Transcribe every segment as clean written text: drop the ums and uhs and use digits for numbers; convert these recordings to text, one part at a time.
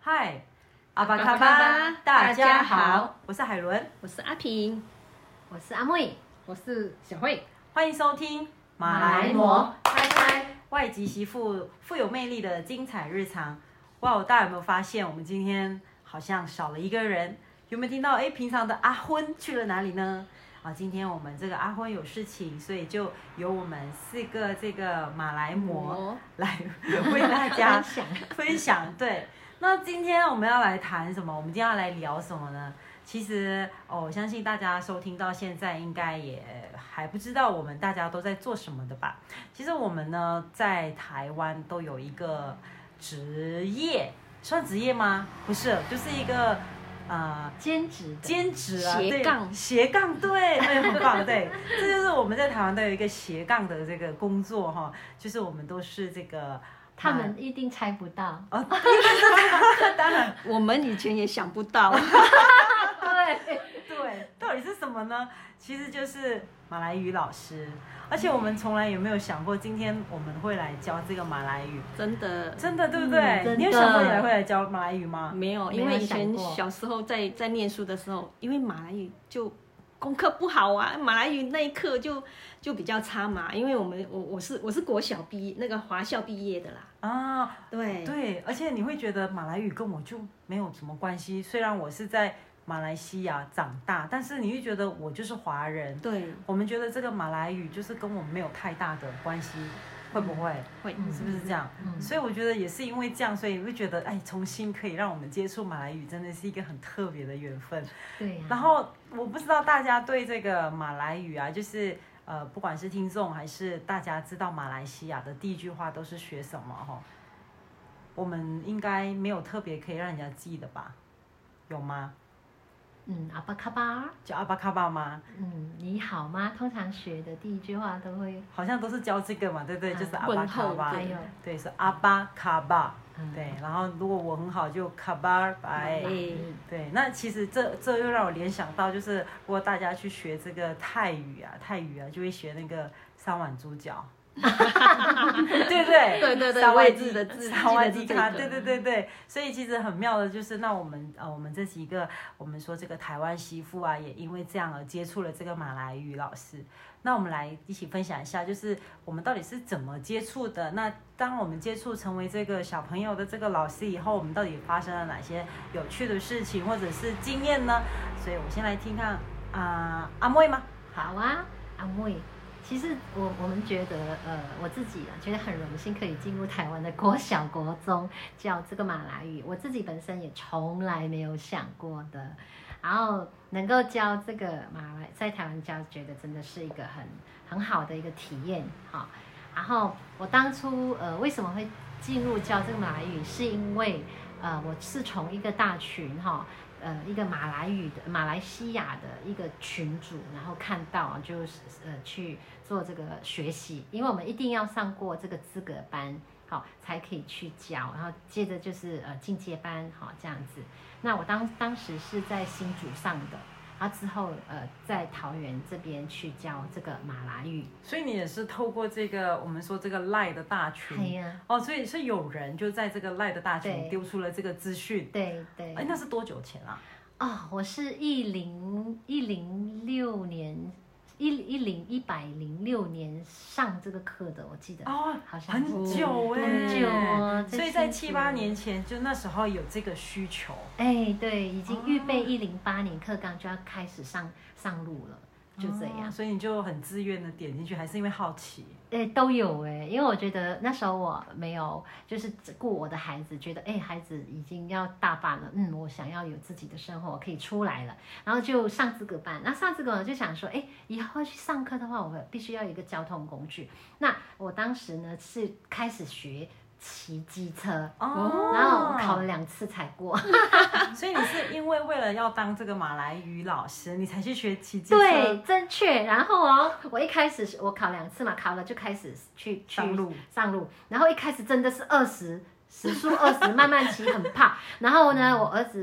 嗨，阿巴卡巴，大家好，我是海伦， 我是阿平， 我是阿妹， 我是小慧， 欢迎收听马来貘开开外籍媳妇富有魅力的精彩日常。哇，大家有没有发现我们今天好像少了一个人？有没有听到？平常的阿昏去了哪里呢？今天我们这个阿昏有事情，所以就由我们4个这个马来貘来为大家分享。对，那今天我们要来谈什么？我们今天要来聊什么呢？其实我相信大家收听到现在，应该也还不知道我们大家都在做什么的吧？其实我们呢，在台湾都有一个职业，算职业吗？不是，就是一个。 兼职啊，斜杠，对，很棒，对，这就是我们在台湾都有一个斜杠的这个工作哈，就是我们都是这个， 他们一定猜不到哦，当然， 我们以前也想不到， 对，到底是什么呢？其实就是马来语老师。而且我们从来也没有想过，今天我们会来教这个马来语， 真的， 对不对？你有想过你会来教马来语吗？ 没有，因为以前小时候在念书的时候，因为马来语就功课不好啊，马来语那一课就比较差嘛。因为我是国小那个华校毕业的啦。啊，对， 而且你会觉得马来语跟我就没有什么关系，虽然我是在马来西亚长大，但是你会觉得我就是华人。 对， 我们觉得这个马来语就是跟我们没有太大的关系，会不会？ 会， 是不是这样？所以我觉得也是因为这样，所以会觉得重新可以让我们接触马来语，真的是一个很特别的缘分。 对。 然后我不知道大家对这个马来语啊，就是不管是听众还是大家知道马来西亚的第一句话都是学什么哈？我们应该没有特别可以让人家记的吧？有吗？ 阿巴卡巴， 叫阿巴卡巴吗？ 你好吗？通常学的第一句话都会， 好像都是教这个嘛，对不对？就是阿巴卡巴，对，是阿巴卡巴，对。然后如果我很好，就卡巴拜，对。那其实这又让我联想到，就是如果大家去学这个泰语啊，就会学那个三碗猪脚。对不对？ 对，萨外字的字， 萨外字卡，对，所以其实很妙的就是，那我们这几个，我们说这个台湾媳妇啊，也因为这样而接触了这个马来语老师。那我们来一起分享一下，就是我们到底是怎么接触的？那当我们接触成为这个小朋友的这个老师以后，我们到底发生了哪些有趣的事情或者是经验呢？所以我先来听看阿妹吗？ 好啊，阿妹。其实我们觉得，我自己觉得很荣幸可以进入台湾的国小国中教这个马来语，我自己本身也从来没有想过的，然后能够教这个在台湾教，觉得真的是一个很好的一个体验，哈。然后我当初为什么会进入教这个马来语，是因为我是从一个大群哈。一个马来西亚的一个群组，然后看到就是去做这个学习，因为我们一定要上过这个资格班，好才可以去教，然后接着就是进阶班，好这样子。那我当时是在新竹上的，然后之后在桃园这边去教这个马来语。 所以你也是透过这个我们说这个赖的大群，所以是有人就在这个赖的大群丢出了这个资讯， 对， 那是多久前啊？ 我是106年上这个课的，我记得好像很久很久哦， 所以在7、8年前就那时候有这个需求， 对，已经预备108年课纲就要开始上路了。就这样， 所以你就很自愿的点进去，还是因为好奇？ 都有因为我觉得那时候我没有就是顾我的孩子，觉得孩子已经要大班了，我想要有自己的生活，可以出来了，然后就上资格班。那上资格班就想说，以后去上课的话，我必须要有一个交通工具。那我当时呢是开始学骑机车，然后我考了2次才过。 所以你是因为了要当这个马来语老师，你才去学骑机车？ 对，正确。然后我一开始我考2次嘛，考了就开始去上路，然后一开始真的是时速20，慢慢骑很怕。然后呢，我儿子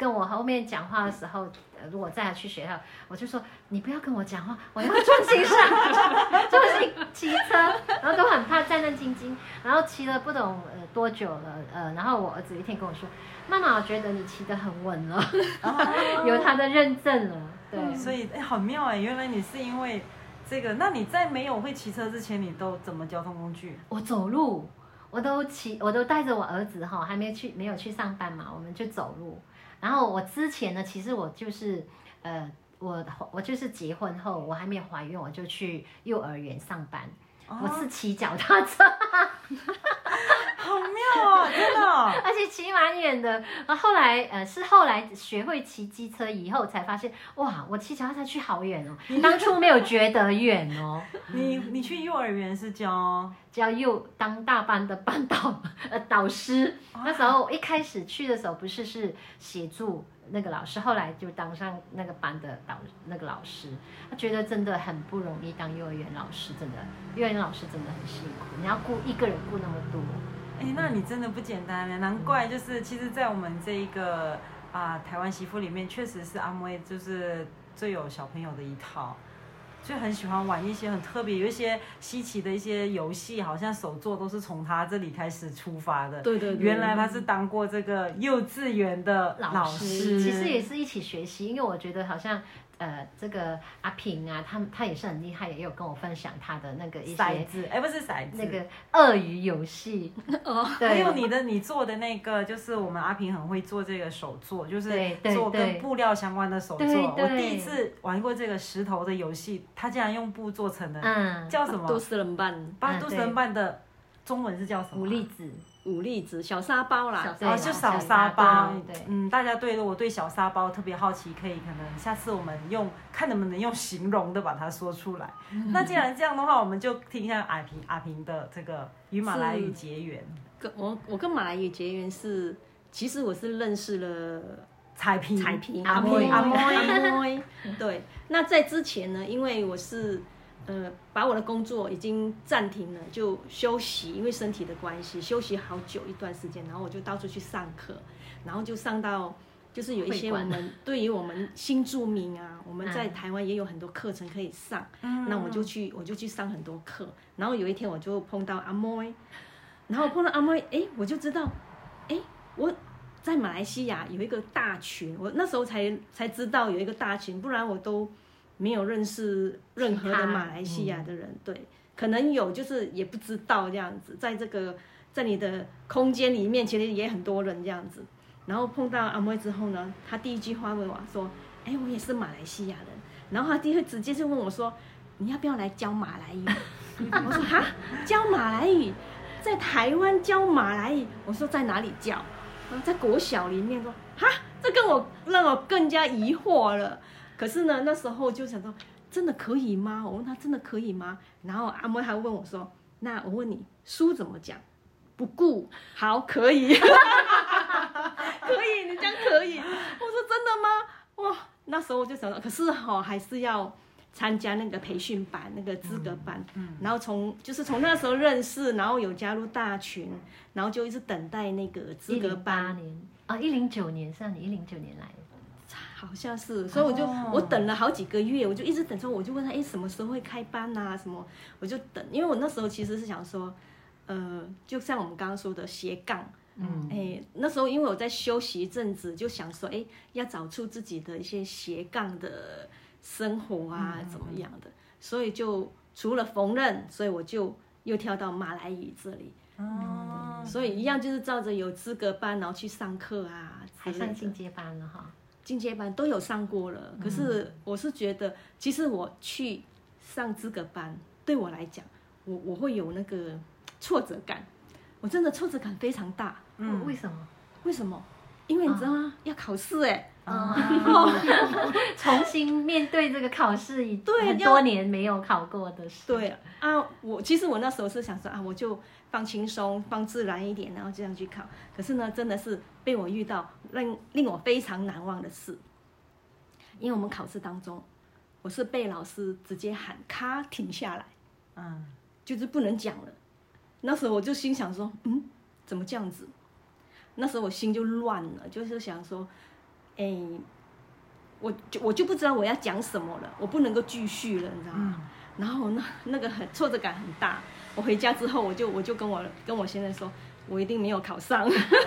跟我后面讲话的时候，如果载他去学校，我就说你不要跟我讲话，我要专心上专心骑车，然后都很怕战战兢兢，然后骑了不懂多久了，然后我儿子一天跟我说，妈妈，我觉得你骑得很稳了，有他的认证了，对， 所以好妙哎，原来你是因为这个，那你在没有会骑车之前，你都怎么交通工具？ 我走路。我都带着我儿子哈，还没有去上班嘛，我们就走路。然后我之前呢，其实我就是我就是结婚后，我还没有怀孕，我就去幼儿园上班。我是骑脚踏车， 好妙哦，真的哦， 而且骑蛮远的。然后后来后来学会骑机车以后，才发现哇，我骑脚踏车去好远哦，当初没有觉得远哦。 你去幼儿园是教当大班的导师，那时候一开始去的时候是协助那个老师，后来就当上那个班的那个老师，他觉得真的很不容易当幼儿园老师，真的幼儿园老师真的很辛苦，你要一个人顾那么多。 那你真的不简单呢，难怪就是其实，在我们这一个台湾媳妇里面，确实是阿妹就是最有小朋友的一套。就很喜欢玩一些很特别、有一些稀奇的一些游戏，好像手作都是从他这里开始出发的。 对， 原来他是当过这个幼稚园的老师， 其实也是一起学习，因为我觉得好像这个阿平啊，他也是很厉害，也有跟我分享他的那个一些骰子，不是骰子， 那个鳄鱼游戏。 对，还有你做的那个，就是我们阿平很会做这个手作，就是做跟布料相关的手作。我第一次玩过这个石头的游戏，他竟然用布做成了，叫什么？ 都市人办， 都市人办的中文是叫什么？ 五粒子小沙包啦， 就小沙包。大家如果对小沙包特别好奇，可能下次我们看能不能用形容的把它说出来。那既然这样的话，我们就听一下阿平的这个与马来语结缘。 我跟马来语结缘其实我是认识了彩萍阿妹。对，那在之前呢，因为我是把我的工作已经暂停了，就休息，因为身体的关系，休息好久一段时间，然后我就到处去上课，然后就上到就是有一些对于我们新住民啊，我们在台湾也有很多课程可以上，那我就去上很多课，然后有一天我就碰到阿妹，然后碰到阿妹，我就知道，我在马来西亚有一个大群，我那时候才知道有一个大群，不然我都没有认识任何的马来西亚的人，对，可能有，就是也不知道这样子，在你的空间里面，其实也很多人这样子。然后碰到阿妹之后呢，他第一句话问我说：“我也是马来西亚人。”然后他直接就问我说：“你要不要来教马来语？”我说：“哈，教马来语，在台湾教马来语？”我说：“在哪里教？”在国小里面。说：“哈，这让我更加疑惑了。”可是呢，那时候就想说，真的可以吗？我问他真的可以吗？然后阿妹还问我说：“那我问你，书怎么讲？不顾好，可以，可以，你讲可以。”我说：“真的吗？”哇，那时候我就想说，可是还是要参加那个培训班，那个资格班。然后从那时候认识，然后有加入大群，然后就一直等待那个资格班。 109年是你109年来的。 好像是，所以我等了好几个月，我就一直等，说我就问他，什么时候会开班啊？什么，我就等，因为我那时候其实是想说，就像我们刚刚说的斜杠，那时候因为我在休息一阵子，就想说，要找出自己的一些斜杠的生活啊，怎么样的，所以就除了缝纫，所以我就又跳到马来语这里。所以一样就是照着有资格班，然后去上课啊， 还上进阶班了哈。 进阶班都有上过了，可是我是觉得，其实我去上资格班，对我来讲，我会有那个挫折感，我真的挫折感非常大。 为什么？ 为什么？因为你知道吗？要考试重新面对这个考试，很多年没有考过的事。 对啊，其实我那时候是想说我就放轻松，放自然一点，然后这样去考。可是呢，真的是被我遇到令我非常难忘的事。因为我们考试当中，我是被老师直接喊卡停下来，就是不能讲了。那时候我就心想说，怎么这样子？那时候我心就乱了，就是想说， 我就不知道我要讲什么了，我不能够继续了，你知道吗？然后那个很挫折感很大。我回家之后，我就跟我先生说，我一定没有考上。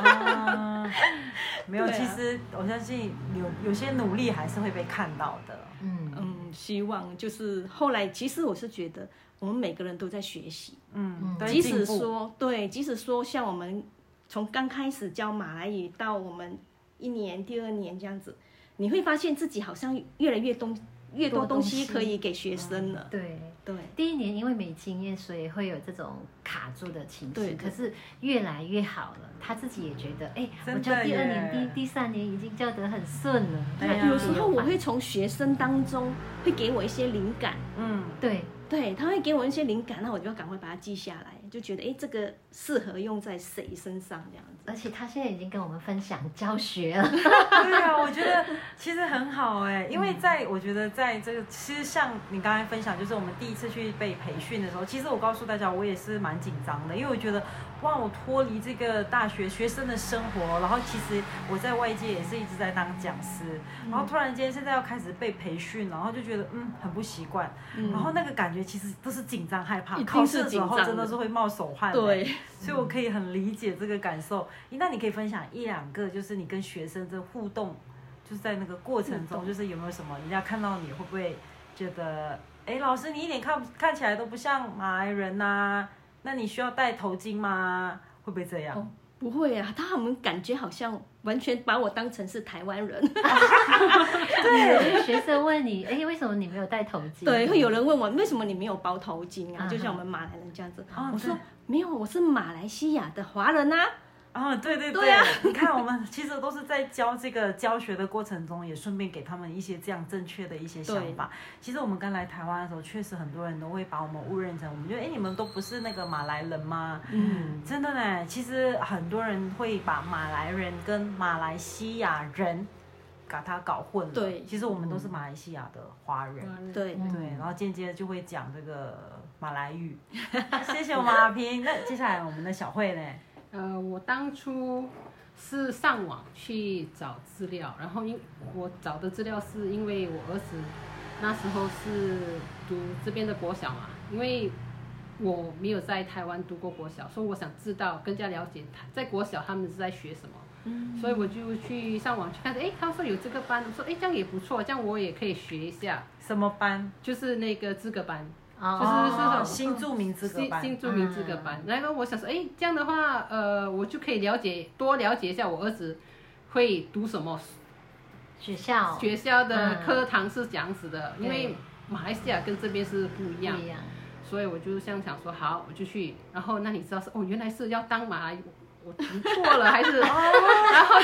没有，其实我相信有些努力还是会被看到的。 希望就是后来，其实我是觉得我们每个人都在学习。 即使说像我们从刚开始教马来语到我们1年、第2年这样子，你会发现自己好像越来越多东西可以给学生了。 对， 第 1年因为没经验，所以会有这种卡住的情绪。 对， 可是越来越好了，他自己也觉得，我教第2年、第3年已经教得很顺了。 有时候我会从学生当中会给我一些灵感。对，他会给我一些灵感，那我就要赶快把它记下来，就觉得这个适合用在谁身上这样子。 而且他现在已经跟我们分享教学了。 对啊，我觉得其实很好因为我觉得在这个，其实像你刚才分享，就是我们第一次去被培训的时候，其实我告诉大家，我也是蛮紧张的，因为我觉得哇，我脱离这个大学学生的生活，然后其实我在外界也是一直在当讲师，然后突然间现在要开始被培训，然后就觉得很不习惯，然后那个感觉其实都是紧张害怕，考试的时候真的是会冒手汗。 对， 所以我可以很理解这个感受。那你可以分享1-2个，就是你跟学生的互动，就是在那个过程中，就是有没有什么人家看到你会不会觉得，老师你一点看起来都不像马来人啊，那你需要戴头巾吗？会不会这样？ 不会啊，他们感觉好像完全把我当成是台湾人。 对，学生问你，为什么你没有戴头巾？ 对，会有人问我，为什么你没有包头巾啊？就像我们马来人这样子。我说没有，我是马来西亚的华人啊。 对，你看我们其实都是在教学的过程中，也顺便给他们一些这样正确的一些想法。其实我们刚来台湾的时候，确实很多人都会把我们误认成，我们觉得你们都不是那个马来人吗？真的呢，其实很多人会把马来人跟马来西亚人把它搞混了。 对， 其实我们都是马来西亚的华人。 对， 然后间接就会讲这个马来语。谢谢我们阿平。那接下来我们的小慧呢？ 我当初是上网去找资料，然后我找的资料是因为我儿子那时候是读这边的国小嘛，因为我没有在台湾读过国小，所以我想知道更加了解在国小他们是在学什么，所以我就去上网去看，他们说有这个班，我说这样也不错，这样我也可以学一下。 什么班？ 就是那个资格班。 就是新住民资格班， 新住民资格班。然后我想说，这样的话，我就可以多了解一下我儿子会读什么学校的课堂是这样子的，因为马来西亚跟这边是不一样，所以我就想说，好，我就去。然后那你知道是原来是要当马来，我读错了还是？然后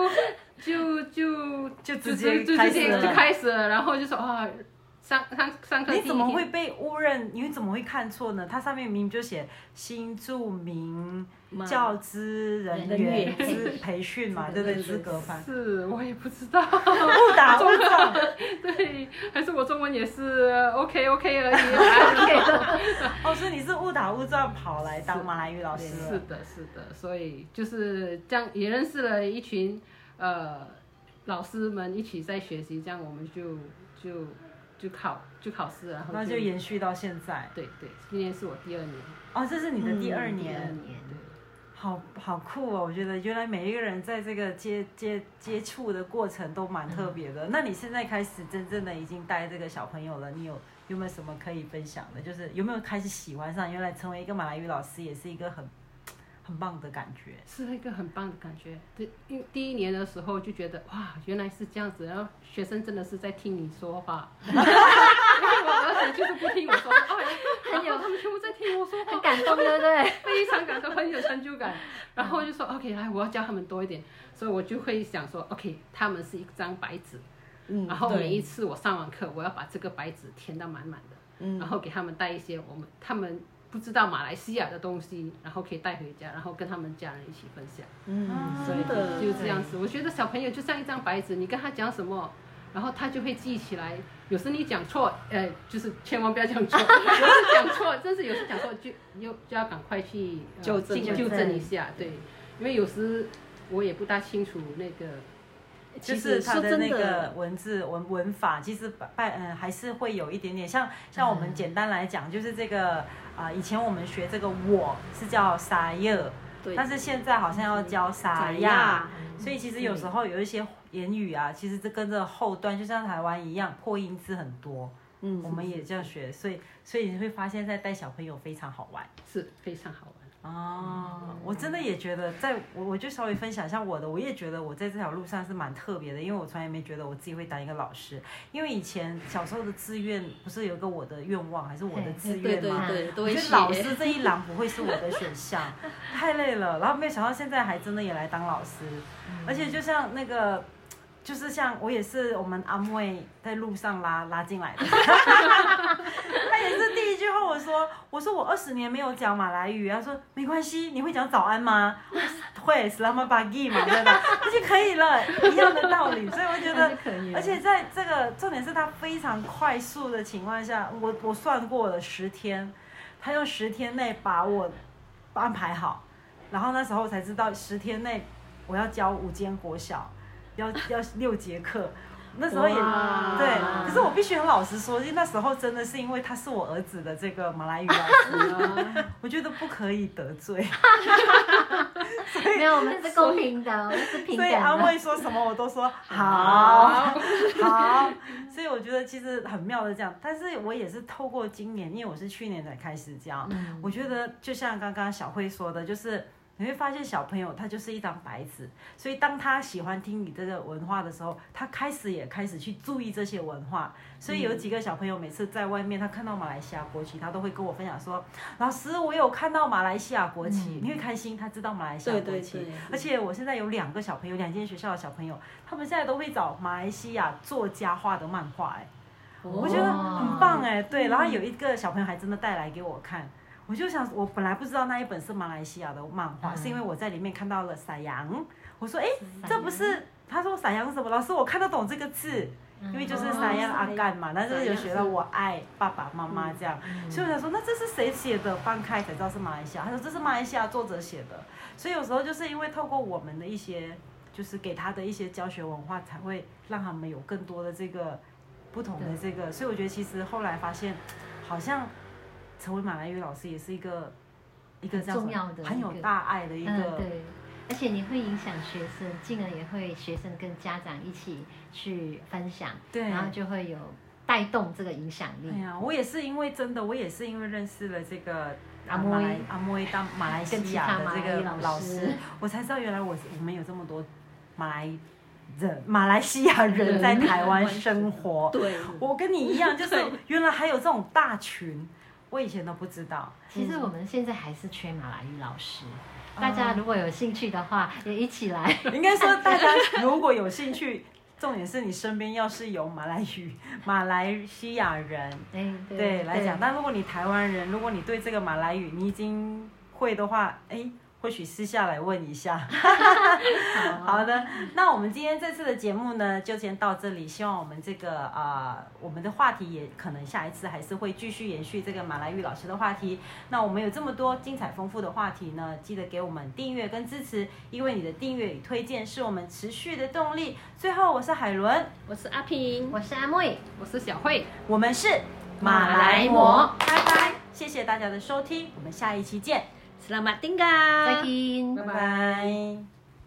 就直接开始了，然后就说上课。 你怎么会被误认？你怎么会看错呢？它上面明明就写新住民教资人员培训嘛，对不对？资格班。 是我也不知道， 误打误撞。 对，还是我中文也是 OK 而已。 所以你是误打误撞跑来当马来语老师了。 是的，所以就是这样也认识了一群老师们一起在学习，这样我们就考试，然后那就延续到现在。 对，今年是我第2年。 这是你的第2年。 第2年，对。 好酷哦！我觉得原来每一个人在这个接触的过程都蛮特别的。那你现在开始真正的已经带这个小朋友了，你有没有什么可以分享的？就是有没有开始喜欢上？原来成为一个马来语老师也是一个很棒的感觉， 是一个很棒的感觉。因为第1年的时候就觉得哇，原来是这样子，然后学生真的是在听你说话，因为我儿子就是不听我说话，然后他们全部在听我说话， 很感动，对不对？ 非常感动，很有成就感。然后就说 OK， 来，我要教他们多一点，所以我就会想说 OK， 他们是一张白纸，然后每一次我上完课，我要把这个白纸填到满满的，然后给他们带一些他们不知道马来西亚的东西，然后可以带回家，然后跟他们家人一起分享。所以就这样子。我觉得小朋友就像一张白纸，你跟他讲什么，然后他就会记起来。有时你讲错，就是千万不要讲错。有时讲错，真是有时讲错就要赶快去纠正一下。对，因为有时我也不大清楚那个就是它的那个文字文法，其实还是会有一点点像我们简单来讲，就是这个以前我们学这个我是叫沙耶，但是现在好像要教沙亚，所以其实有时候有一些言语啊，其实这跟着后段，就像台湾一样，破音字很多。我们也这样学，所以你会发现在带小朋友非常好玩， 是非常好玩。 我真的也觉得，我就稍微分享一下我的，我也觉得我在这条路上是蛮特别的，因为我从来没觉得我自己会当一个老师，因为以前小时候的志愿不是有一个我的愿望还是我的志愿吗？ 对， 我觉得老师这一栏不会是我的选项，太累了，然后没有想到现在还真的也来当老师，而且就像那个。就是像我也是我们阿妹在路上拉进来的，他也是第一句话我说我20年没有讲马来语，他说没关系，你会讲早安吗？会 ，Selamat pagi 嘛，对吧？那就可以了，一样的道理，所以我觉得，而且在这个重点是他非常快速的情况下，我算过了10天，他用10天内把我安排好，然后那时候才知道10天内我要教5间国小。要6节课，那时候也对，可是我必须很老实说，因为那时候真的是因为他是我儿子的这个马来语老师，我觉得不可以得罪。 没有，我们是公平的，我们是平等的。 所以安慰说什么我都说好。所以我觉得其实很妙的这样，但是我也是透过今年，因为我是去年才开始教，我觉得就像刚刚小慧说的，就是。你会发现小朋友他就是一张白纸，所以当他喜欢听你这个文化的时候，他也开始去注意这些文化。所以有几个小朋友每次在外面，他看到马来西亚国旗，他都会跟我分享说：“老师，我有看到马来西亚国旗。”你会开心，他知道马来西亚国旗。对。而且我现在有2个小朋友，2间学校的小朋友，他们现在都会找马来西亚作家画的漫画，我觉得很棒对。然后有一个小朋友还真的带来给我看。我就想，我本来不知道那一本是马来西亚的漫画，是因为我在里面看到了撒洋。我说，这不是？他说撒洋是什么？老师，我看得懂这个字，因为就是撒洋阿干嘛，但是有学到我爱爸爸妈妈这样。所以我想说，那这是谁写的？翻开才知道是马来西亚。他说这是马来西亚作者写的。所以有时候就是因为透过我们的一些，就是给他的一些教学文化，才会让他们有更多的这个不同的这个。所以我觉得其实后来发现，好像。成为马来语老师也是一个这样重要的、很有大爱的一个， 对，而且你会影响学生，进而也会学生跟家长一起去分享，对，然后就会有带动这个影响力。 哎呀，我也是因为认识了这个阿妹当马来西亚的这个老师，我才知道原来我们有这么多马来西亚人在台湾生活。对，我跟你一样，就是原来还有这种大群。我以前都不知道， 其实我们现在还是缺马来语老师，大家如果有兴趣的话，也一起来。 应该说，大家如果有兴趣，重点是你身边要是有马来西亚人，对来讲。但如果你台湾人，如果你对这个马来语你已经会的话，或许私下来问一下。好的，那我们今天这次的节目呢，就先到这里。希望我们这个我们的话题也可能下一次还是会继续延续这个马来语老师的话题。那我们有这么多精彩丰富的话题呢，记得给我们订阅跟支持，因为你的订阅与推荐是我们持续的动力。最后，我是海伦， 我是阿平， 我是阿妹， 我是小慧， 我们是马来魔，拜拜！谢谢大家的收听，我们下一期见。 Selamat tinggal. 再见， 拜拜。